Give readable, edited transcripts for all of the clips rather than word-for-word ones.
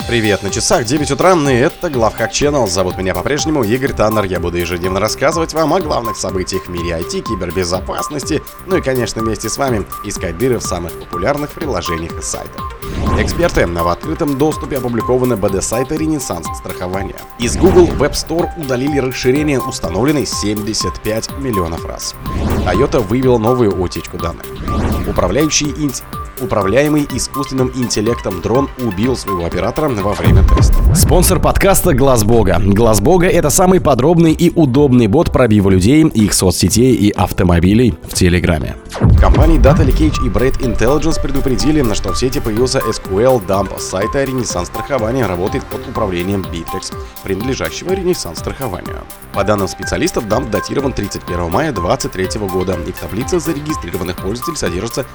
Привет, на часах 9 утра, и это Главхак Channel. Зовут меня по-прежнему Игорь Таннер. Я буду ежедневно рассказывать вам о главных событиях в мире IT, кибербезопасности, ну и, конечно, вместе с вами искать дыры в самых популярных приложениях и сайтах. Эксперты, в открытом доступе опубликованы BD-сайта Ренессанс страхования. Из Google Web Store удалили расширение, установленное 75 миллионов раз. Toyota вывела новую утечку данных. Управляемый искусственным интеллектом дрон убил своего оператора во время теста. Спонсор подкаста Глаз Бога. Глаз Бога — это самый подробный и удобный бот пробива людей, их соцсетей и автомобилей в Телеграме. Компании Data Leakage и Bread Intelligence предупредили, что в сети появился SQL-дамп сайта Ренессанс страхования, работает под управлением Bittrex, принадлежащего Ренессанс страхованию. По данным специалистов, дамп датирован 31 мая 2023 года, и в таблице зарегистрированных пользователей содержится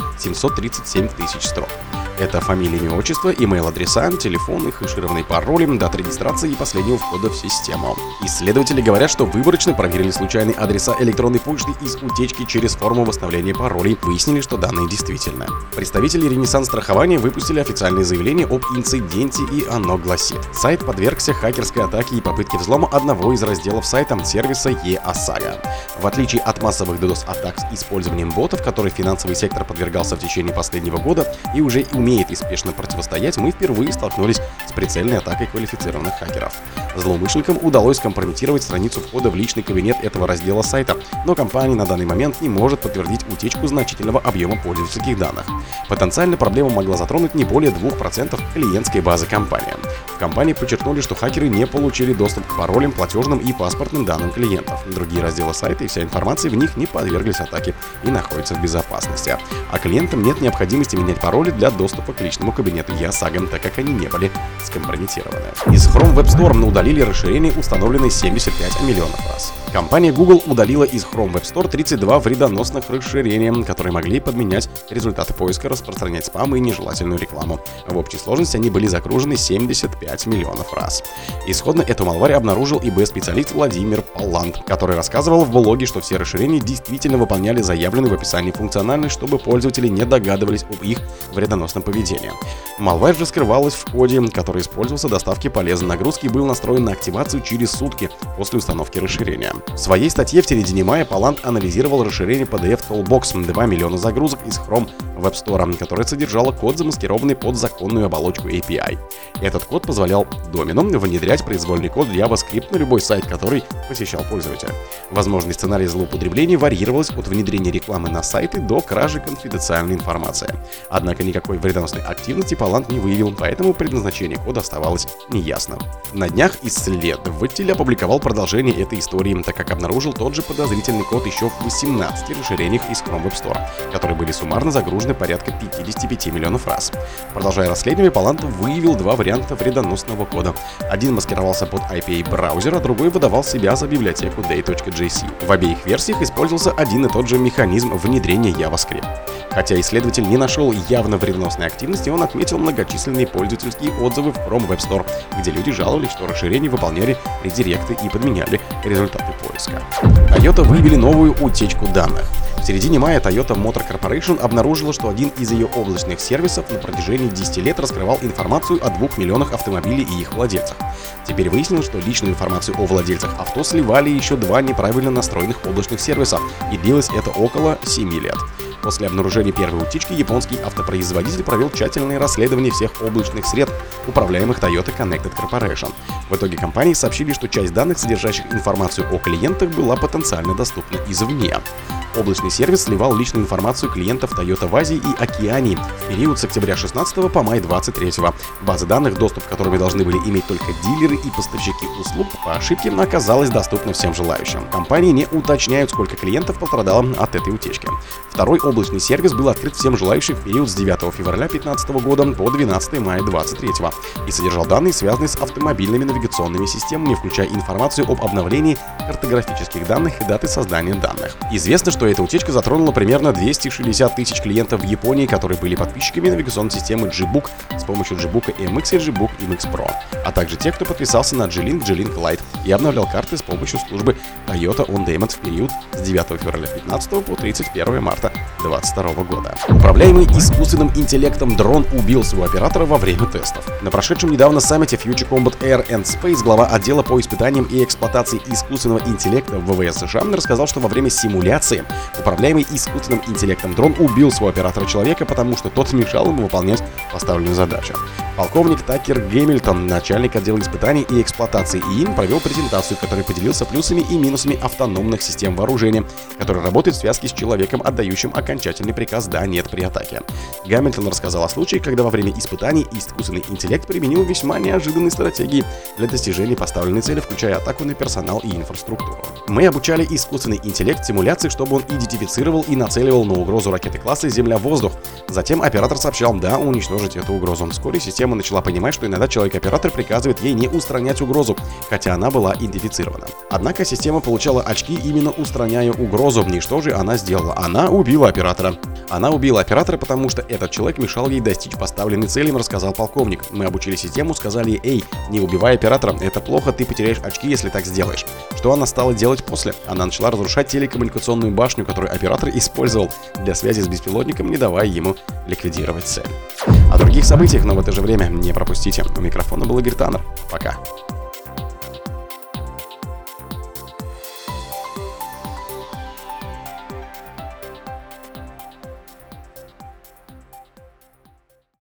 737 тысяч строк. Это фамилия, имя, отчество, имейл-адреса, телефоны, хэшированные пароли, дата регистрации и последнего входа в систему. Исследователи говорят, что выборочно проверили случайные адреса электронной почты из утечки через форму восстановления паролей, выяснили, что данные действительны. Представители Ренессанс страхования выпустили официальное заявление об инциденте, и оно гласит: сайт подвергся хакерской атаке и попытке взлома одного из разделов сайта сервиса eOsaga. В отличие от массовых DDoS-атак с использованием ботов, которой финансовый сектор подвергался в течение последнего года и уже умеет успешно противостоять, мы впервые столкнулись с прицельной атакой квалифицированных хакеров. Злоумышленникам удалось скомпрометировать страницу входа в личный кабинет этого раздела сайта, но компания на данный момент не может подтвердить утечку значительного объема пользовательских данных. Потенциально проблема могла затронуть не более 2% клиентской базы компании. В компании подчеркнули, что хакеры не получили доступ к паролям, платежным и паспортным данным клиентов. Другие разделы сайта и вся информация в них не подверглись атаке и находятся в безопасности. А клиентам нет необходимости менять пароли для доступа к личному кабинету eOsaga, так как они не были скомпрометированы. Из Chrome Web Store удалили расширение, установленное 75 миллионов раз. Компания Google удалила из Chrome Web Store 32 вредоносных расширения, которые могли подменять результаты поиска, распространять спам и нежелательную рекламу. В общей сложности они были загружены 75 миллионов раз. Исходно эту малварь обнаружил ИБ-специалист Владимир Паллант, который рассказывал в блоге, что все расширения действительно выполняли заявленную в описании функциональность, чтобы пользователи не догадывались об их вредоносном поведении. Малварь же скрывалась в коде, который использовался в доставке полезной нагрузки и был настроен на активацию через сутки после установки расширения. В своей статье в середине мая Паллант анализировал расширение PDF Toolbox 2 миллиона загрузок из Chrome Web Store, которое содержало код, замаскированный под законную оболочку API. Этот код позволял домену внедрять произвольный код JavaScript на любой сайт, который посещал пользователь. Возможный сценарий злоупотребления варьировался от внедрения рекламы на сайты до кражи конфиденциальной информации. Однако никакой вредоносной активности Паллант не выявил, поэтому предназначение кода оставалось неясным. На днях исследователь опубликовал продолжение этой истории, так как обнаружил тот же подозрительный код еще в 18 расширениях из Chrome Web Store, которые были суммарно загружены порядка 55 миллионов раз. Продолжая расследование, Паллант выявил два варианта вредоносного кода. Один маскировался под IPA браузера, другой выдавал себя за библиотеку day.jc. В обеих версиях использовался один и тот же механизм внедрения JavaScript. Хотя исследователь не нашел явно вредоносной активности, он отметил многочисленные пользовательские отзывы в Chrome Web Store, где люди жаловались, что расширения выполняли редиректы и подменяли результаты поиска. Toyota выявили новую утечку данных. В середине мая Toyota Motor Corporation обнаружила, что один из ее облачных сервисов на протяжении 10 лет раскрывал информацию о 2 миллионах автомобилей и их владельцах. Теперь выяснилось, что личную информацию о владельцах авто сливали еще 2 неправильно настроенных облачных сервиса, и длилось это около 7 лет. После обнаружения первой утечки японский автопроизводитель провел тщательное расследование всех облачных сред, управляемых Toyota Connected Corporation. В итоге компании сообщили, что часть данных, содержащих информацию о клиентах, была потенциально доступна извне. Облачный сервис сливал личную информацию клиентов Toyota в Азии и Океании в период с октября 16 по май 23. Базы данных, доступ к которым должны были иметь только дилеры и поставщики услуг, по ошибке оказалась доступна всем желающим. Компании не уточняют, сколько клиентов пострадало от этой утечки. Второй облачный сервис был открыт всем желающим в период с 9 февраля 2015 года по 12 мая 2023 и содержал данные, связанные с автомобильными навигационными системами, включая информацию об обновлении картографических данных и даты создания данных. Известно, что что эта утечка затронула примерно 260 тысяч клиентов в Японии, которые были подписчиками навигационной системы Gbook с помощью Gbook MX и Gbook MX Pro, а также те, кто подписался на G-Link, G-Link Lite и обновлял карты с помощью службы Toyota On Demand в период с 9 февраля 2015 по 31 марта 2022 года. Управляемый искусственным интеллектом дрон убил своего оператора во время тестов. На прошедшем недавно саммите Future Combat Air and Space глава отдела по испытаниям и эксплуатации искусственного интеллекта в ВВС США рассказал, что во время симуляции управляемый искусственным интеллектом дрон убил своего оператора-человека, потому что тот мешал ему выполнять поставленную задачу. Полковник Такер Гэмильтон, начальник отдела испытаний и эксплуатации ИИН, провел презентацию, в которой поделился плюсами и минусами автономных систем вооружения, которые работают в связке с человеком, отдающим окончательный приказ «да-нет» при атаке. Гамильтон рассказал о случае, когда во время испытаний искусственный интеллект применил весьма неожиданные стратегии для достижения поставленной цели, включая атаку на персонал и инфраструктуру. Мы обучали искусственный интеллект симуляции, чтобы он идентифицировал и нацеливал на угрозу ракеты класса «Земля-воздух». Затем оператор сообщал «да» уничтожить эту угрозу. Вскоре система начала понимать, что иногда человек-оператор приказывает ей не устранять угрозу, хотя она была идентифицирована. Однако система получала очки, именно устраняя угрозу. И что же она сделала? Она убила оператора. Она убила оператора, потому что этот человек мешал ей достичь поставленной цели, рассказал полковник. Мы обучили систему, сказали ей: «Эй, не убивай оператора, это плохо, ты потеряешь очки, если так сделаешь». Что она стала делать после? Она начала разрушать телекоммуникационную башню, которую оператор использовал для связи с беспилотником, не давая ему ликвидировать цель. О других событиях, но в это же время не пропустите. У микрофона был Игорь Таннер. Пока.